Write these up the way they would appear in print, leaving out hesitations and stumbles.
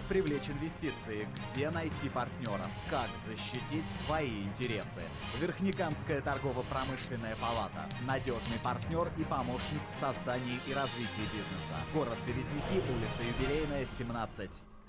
привлечь инвестиции, где найти партнеров, как защитить свои интересы. Верхнекамская торгово-промышленная палата. Надежный партнер и помощник в создании и развитии бизнеса. Город Березники, улица Юбилейная, 17.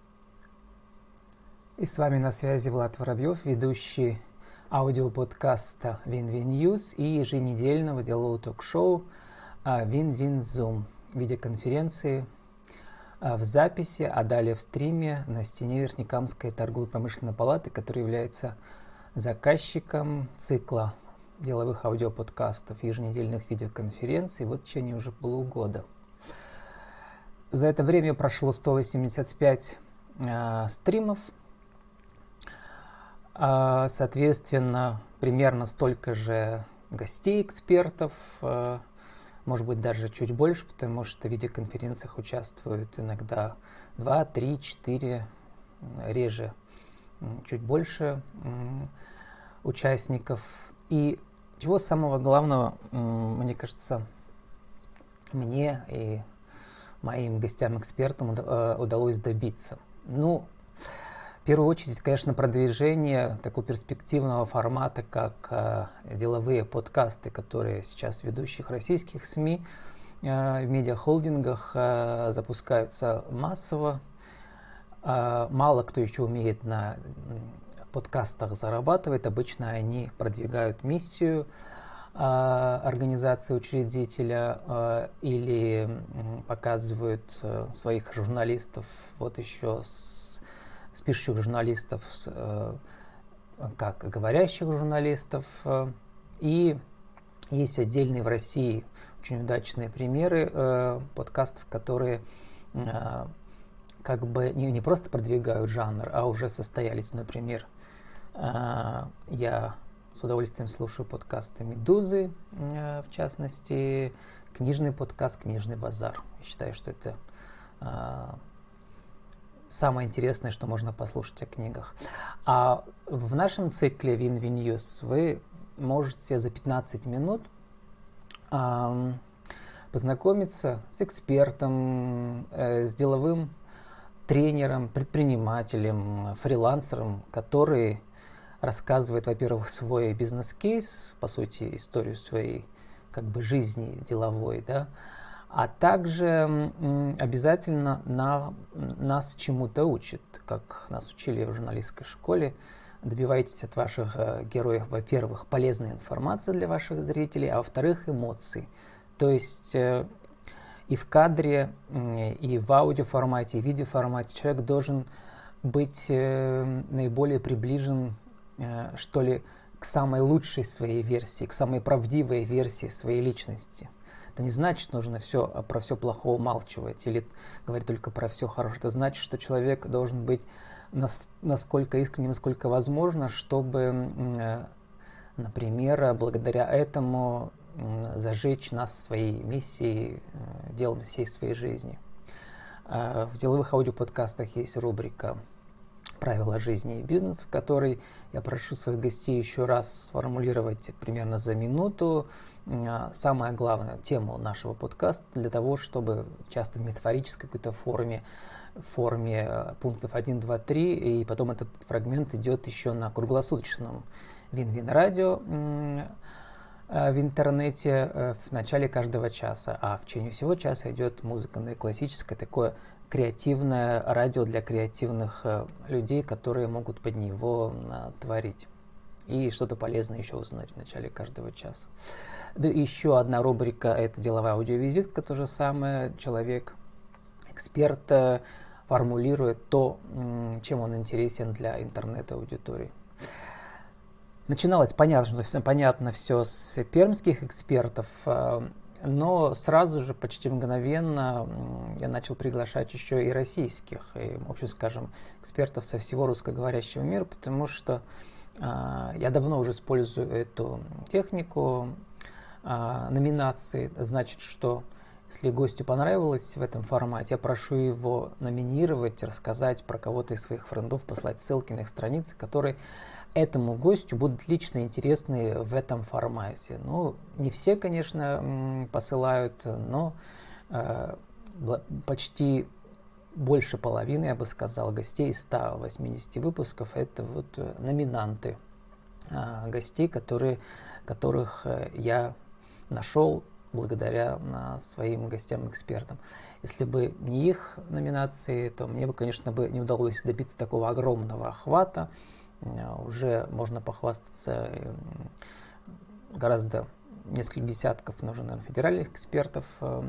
И с вами на связи Влад Воробьев, ведущий аудиоподкаста Win-Win News и еженедельного делового ток-шоу Win-Win Zoom в видеоконференции в записи, а далее в стриме на стене Верхнекамской торгово-промышленной палаты, которая является заказчиком цикла деловых аудиоподкастов, еженедельных видеоконференций в течение уже полугода. За это время прошло 185 стримов. Соответственно, примерно столько же гостей, экспертов, может быть, даже чуть больше, потому что в видеоконференциях участвуют иногда 2, 3, 4, реже чуть больше участников. И чего самого главного, мне кажется, мне и моим гостям-экспертам удалось добиться. В первую очередь, конечно, продвижение такого перспективного формата, как деловые подкасты, которые сейчас в ведущих российских СМИ, в медиахолдингах запускаются массово. Мало кто еще умеет на подкастах зарабатывать. Обычно они продвигают миссию организации учредителя или показывают своих журналистов еще с пишущих журналистов, как говорящих журналистов. И есть отдельные в России очень удачные примеры подкастов, которые не просто продвигают жанр, а уже состоялись. Например, я с удовольствием слушаю подкасты «Медузы», в частности, книжный подкаст «Книжный базар». Я считаю, что это самое интересное, что можно послушать о книгах. А в нашем цикле Win-Win News вы можете за 15 минут познакомиться с экспертом, с деловым тренером, предпринимателем, фрилансером, который рассказывает, во-первых, свой бизнес-кейс, по сути, историю своей жизни деловой, а также обязательно нас чему-то учит, как нас учили в журналистской школе. Добивайтесь от ваших героев, во-первых, полезной информации для ваших зрителей, а во-вторых, эмоций. То есть и в кадре, и в аудиоформате, и в видеоформате человек должен быть наиболее приближен, к самой лучшей своей версии, к самой правдивой версии своей личности. Это не значит, что нужно про все плохое умалчивать или говорить только про все хорошее. Это значит, что человек должен быть насколько искренним, насколько возможно, чтобы, например, благодаря этому зажечь нас своей миссией, делом всей своей жизни. В деловых аудиоподкастах есть рубрика «Правила жизни и бизнеса», в которой я прошу своих гостей еще раз сформулировать примерно за минуту самое главное тему нашего подкаста, для того, чтобы часто в метафорической какой-то форме пунктов 1, 2, 3, и потом этот фрагмент идет еще на круглосуточном Win-Win радио в интернете в начале каждого часа, а в течение всего часа идет музыка классическая, такое креативное радио для креативных людей, которые могут под него творить и что-то полезное еще узнать в начале каждого часа. Еще одна рубрика – это деловая аудиовизитка, то же самое. Человек, эксперт, формулирует то, чем он интересен для интернет-аудитории. Начиналось, понятно все с пермских экспертов, но сразу же, почти мгновенно, я начал приглашать еще и российских, и, в общем, скажем, экспертов со всего русскоговорящего мира, потому что я давно уже использую эту технику номинации. Значит, что если гостю понравилось в этом формате, я прошу его номинировать, рассказать про кого-то из своих френдов, послать ссылки на их страницы, которые этому гостю будут лично интересны в этом формате. Не все, конечно, посылают, но почти больше половины, я бы сказал, гостей из 180 выпусков — это вот номинанты гостей, которых я нашел благодаря своим гостям-экспертам. Если бы не их номинации, то мне бы, конечно, не удалось добиться такого огромного охвата. Уже можно похвастаться гораздо несколько десятков, нужно, наверное, федеральных экспертов.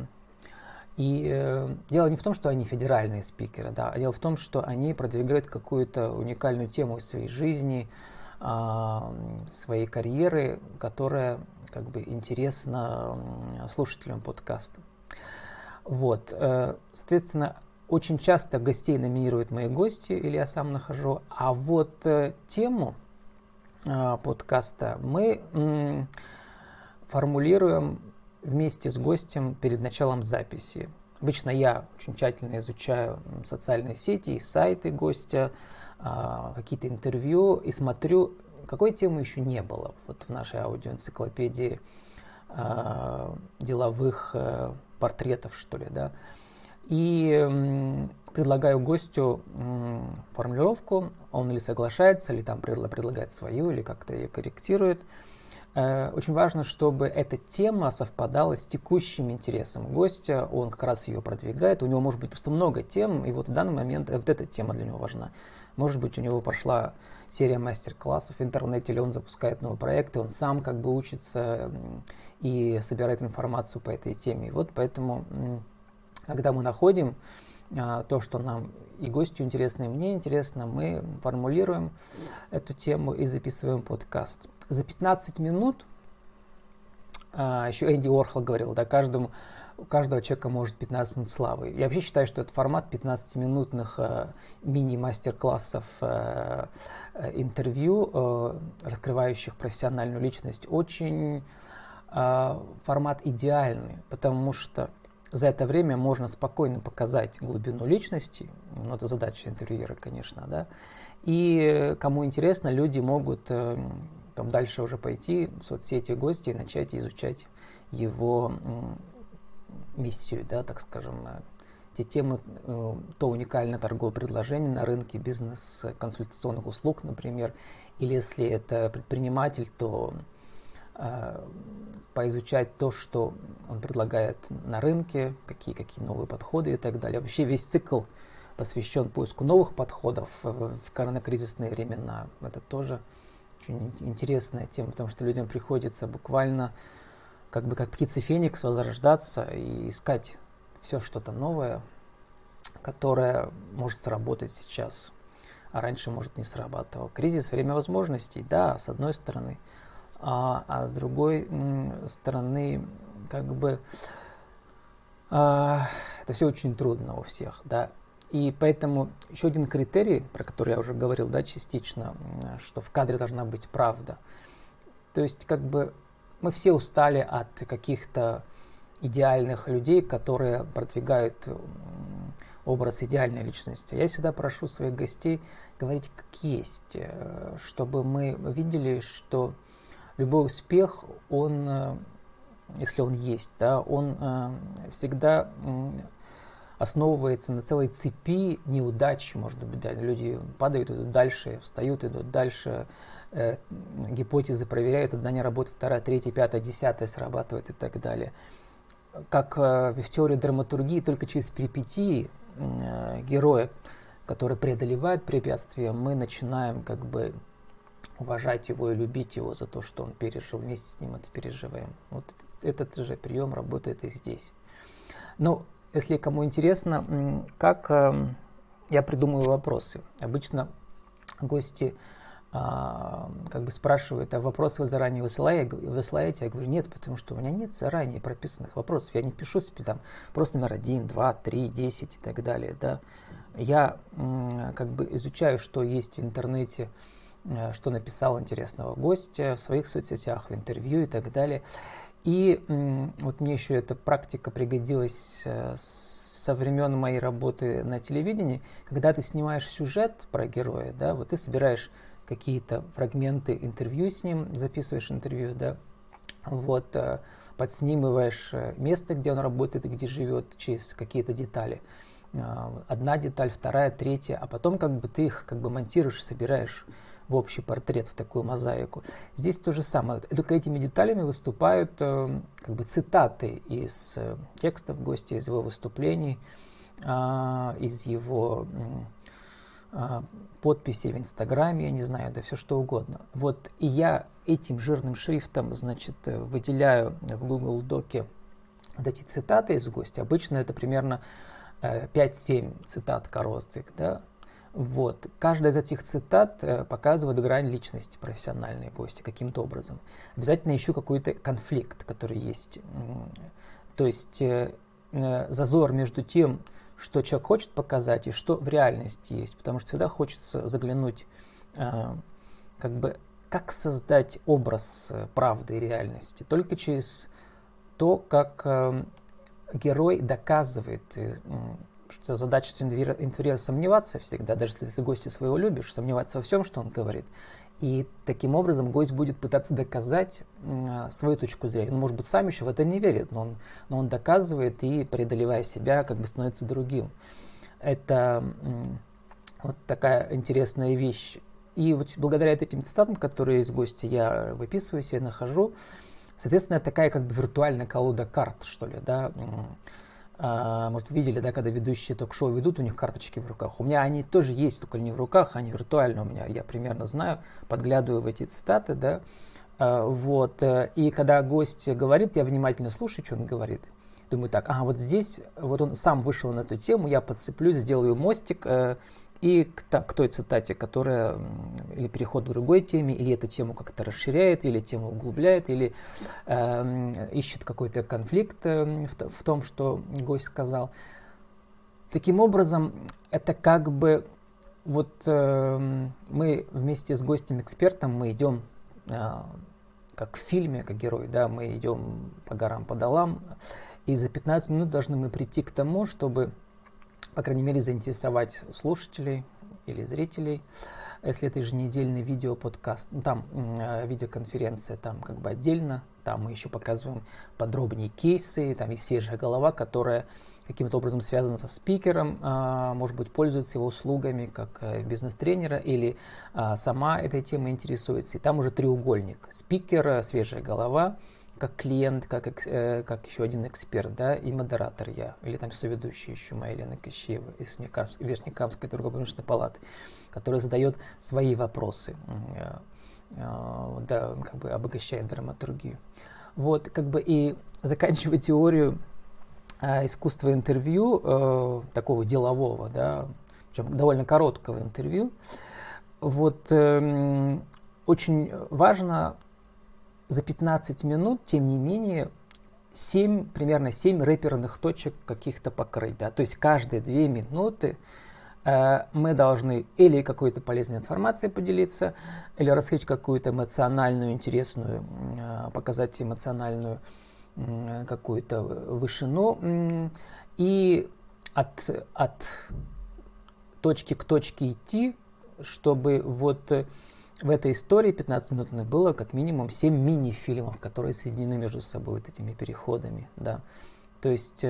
И дело не в том, что они федеральные спикеры, да, а дело в том, что они продвигают какую-то уникальную тему в своей жизни, своей карьеры, которая как бы интересна слушателям подкаста. Вот, соответственно, очень часто гостей номинируют мои гости, или я сам нахожу, а вот тему подкаста мы формулируем вместе с гостем перед началом записи. Обычно я очень тщательно изучаю социальные сети и сайты гостя, какие-то интервью и смотрю, какой темы еще не было вот в нашей аудиоэнциклопедии деловых портретов, что ли, да. И предлагаю гостю формулировку, он или соглашается, или там предлагает свою, или как-то ее корректирует. Очень важно, чтобы эта тема совпадала с текущим интересом гостя, он как раз ее продвигает, у него может быть просто много тем, и вот в данный момент вот эта тема для него важна. Может быть, у него прошла серия мастер-классов в интернете, или он запускает новый проект, и он сам как бы учится и собирает информацию по этой теме. И вот поэтому, когда мы находим то, что нам и гостю интересно, и мне интересно, мы формулируем эту тему и записываем подкаст. За 15 минут, еще Энди Уорхол говорил, да, у каждого человека может 15 минут славы. Я вообще считаю, что этот формат 15-минутных мини-мастер-классов, интервью, раскрывающих профессиональную личность, очень формат идеальный, потому что за это время можно спокойно показать глубину личности, ну, это задача интервьюера, конечно, да, и кому интересно, люди могут там дальше уже пойти в соцсети гостя и начать изучать его миссию, да, так скажем, те темы, то уникальное торговое предложение на рынке бизнес-консультационных услуг, например, или если это предприниматель, то поизучать то, что он предлагает на рынке, какие новые подходы и так далее. Вообще весь цикл посвящен поиску новых подходов в коронакризисные времена. Это тоже очень интересная тема, потому что людям приходится буквально как птица Феникс возрождаться и искать все что-то новое, которое может сработать сейчас, а раньше, может, не срабатывал. Кризис — время возможностей, да, с одной стороны, а с другой стороны, это все очень трудно у всех, да. И поэтому еще один критерий, про который я уже говорил, да, частично, что в кадре должна быть правда. То есть, мы все устали от каких-то идеальных людей, которые продвигают образ идеальной личности. Я всегда прошу своих гостей говорить как есть, чтобы мы видели, что любой успех, он, если он есть, да, он всегда основывается на целой цепи неудач, может быть, да, люди падают, идут дальше, встают, идут дальше, гипотезы проверяют, одна не работает, вторая, третья, пятая, десятая срабатывает и так далее. Как в теории драматургии, только через перипетии героя, который преодолевает препятствия, мы начинаем уважать его и любить его за то, что он пережил, вместе с ним это переживаем. Вот этот же прием работает и здесь. Но если кому интересно, как я придумываю вопросы. Обычно гости спрашивают, а вопросы вы заранее высылаете? Я говорю, нет, потому что у меня нет заранее прописанных вопросов. Я не пишу себе там вопрос номер 1, 2, 3, 10 и так далее. Да. Я изучаю, что есть в интернете, что написал интересного гостя в своих соцсетях, в интервью и так далее. И вот мне еще эта практика пригодилась со времен моей работы на телевидении, когда ты снимаешь сюжет про героя, да, вот ты собираешь какие-то фрагменты интервью с ним, записываешь интервью, да, вот, подснимываешь место, где он работает и где живет, через какие-то детали. одна деталь, вторая, третья, а потом как бы ты их как бы монтируешь, собираешь в общий портрет, в такую мозаику. Здесь то же самое. Только этими деталями выступают как бы цитаты из текстов гостя, из его выступлений, из его подписей в Инстаграме, я не знаю, да все что угодно. Вот и я этим жирным шрифтом, значит, выделяю в Google Доке вот эти цитаты из гостя. Обычно это примерно 5-7 цитат коротких, да. Вот. Каждая из этих цитат показывает грань личности профессиональной гостя каким-то образом. Обязательно ищу какой-то конфликт, который есть. То есть зазор между тем, что человек хочет показать и что в реальности есть. Потому что всегда хочется заглянуть, как бы, как создать образ правды и реальности. Только через то, как герой доказывает, что задача интервьюера сомневаться всегда, даже если ты гостя своего любишь, сомневаться во всем, что он говорит. И таким образом гость будет пытаться доказать свою точку зрения. Он, может быть, сам еще в это не верит, но он доказывает и, преодолевая себя, как бы становится другим. Это вот такая интересная вещь. И вот благодаря этим цитатам, которые из гостя я выписываю, я нахожу, соответственно, такая как бы виртуальная колода карт, что ли, да. Может, видели, да, когда ведущие ток-шоу ведут, у них карточки в руках. У меня они тоже есть, только не в руках, они виртуально у меня. Я примерно знаю, подглядываю в эти цитаты, да. Вот. И когда гость говорит, я внимательно слушаю, что он говорит. Думаю, так, вот здесь, вот он сам вышел на эту тему, я подцеплюсь, сделаю мостик, и к той цитате, которая или переход к другой теме, или эту тему как-то расширяет, или тему углубляет, или ищет какой-то конфликт в том, что гость сказал. Таким образом, это как бы вот мы вместе с гостем-экспертом, мы идем как в фильме, как герой, да, мы идем по горам, по долам, и за 15 минут должны мы прийти к тому, чтобы, по крайней мере, заинтересовать слушателей или зрителей. Если это еженедельный видеоподкаст, там видеоконференция, там как бы отдельно, там мы еще показываем подробнее кейсы, там есть свежая голова, которая каким-то образом связана со спикером, может быть, пользуется его услугами как бизнес-тренера или сама этой темой интересуется. И там уже треугольник: спикер, свежая голова, как клиент, как еще один эксперт, да, и модератор я, или там соведущий еще моя Елена Кощеева из Верхнекамской торгово-промышленной палаты, которая задает свои вопросы, да, как бы обогащает драматургию. Вот, как бы и заканчивая теорию искусства интервью, такого делового, да, причем довольно короткого интервью, вот очень важно за 15 минут, тем не менее, примерно 7 рэперных точек каких-то покрыть. Да? То есть каждые 2 минуты мы должны или какой-то полезной информацией поделиться, или раскрыть какую-то эмоциональную, интересную, показать эмоциональную какую-то вышину. И от точки к точке идти, чтобы вот в этой истории 15-минутной было как минимум 7 мини-фильмов, которые соединены между собой вот этими переходами. Да. То есть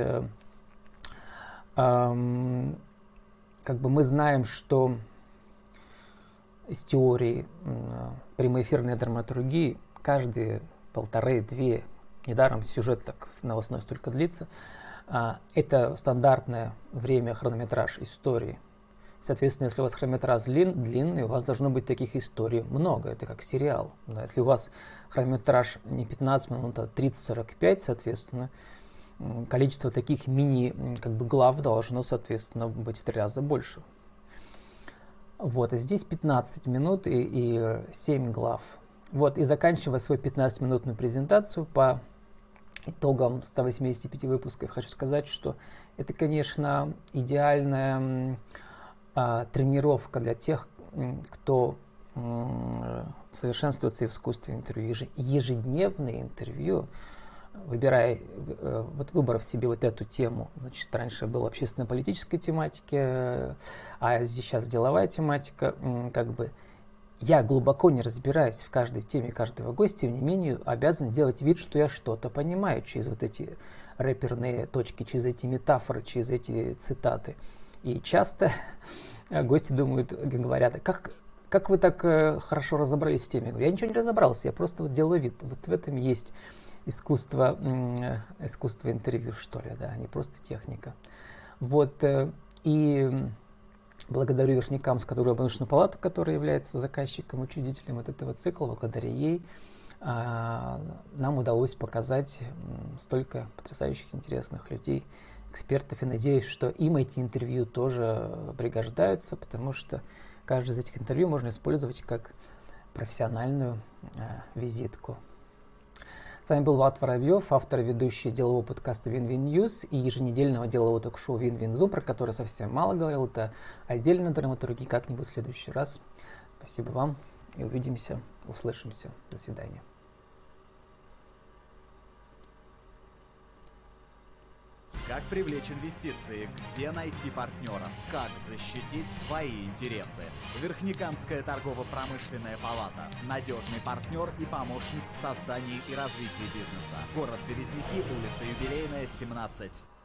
как бы мы знаем, что из теории прямоэфирной драматургии каждые 1,5-2, недаром сюжет так новостной столько длится, это стандартное время, хронометраж истории. Соответственно, если у вас хронометраж длинный, у вас должно быть таких историй много. Это как сериал. Да. Если у вас хронометраж не 15 минут, а 30-45, соответственно, количество таких глав должно, соответственно, быть в 3 раза больше. Вот, а здесь 15 минут и 7 глав. Вот, и заканчивая свою 15-минутную презентацию по итогам 185 выпусков, хочу сказать, что это, конечно, идеальная тренировка для тех, кто совершенствуется в искусстве интервью. Ежедневное интервью, выбрав себе вот эту тему. Значит, раньше была общественно-политическая тематика, а сейчас деловая тематика. Как бы я, глубоко не разбираясь в каждой теме каждого гостя, тем не менее обязан делать вид, что я что-то понимаю через вот эти рэперные точки, через эти метафоры, через эти цитаты. И часто гости говорят, как вы так хорошо разобрались в теме? Я говорю, я ничего не разобрался, я просто вот делаю вид. Вот в этом есть искусство интервью, что ли, да, не просто техника. Вот, и благодарю Верхнекамскую торговую промышленную палату, которая является заказчиком, учредителем вот этого цикла, благодаря ей нам удалось показать столько потрясающих, интересных людей, экспертов, и надеюсь, что им эти интервью тоже пригождаются, потому что каждое из этих интервью можно использовать как профессиональную визитку. С вами был Влад Воробьев, автор и ведущий делового подкаста Win-Win News и еженедельного делового ток-шоу Win-Win Zoom, про которое совсем мало говорил. Это отдельно драматургии, как-нибудь в следующий раз. Спасибо вам и увидимся, услышимся. До свидания. Как привлечь инвестиции, где найти партнеров, как защитить свои интересы. Верхнекамская торгово-промышленная палата. Надежный партнер и помощник в создании и развитии бизнеса. Город Березники, улица Юбилейная, 17.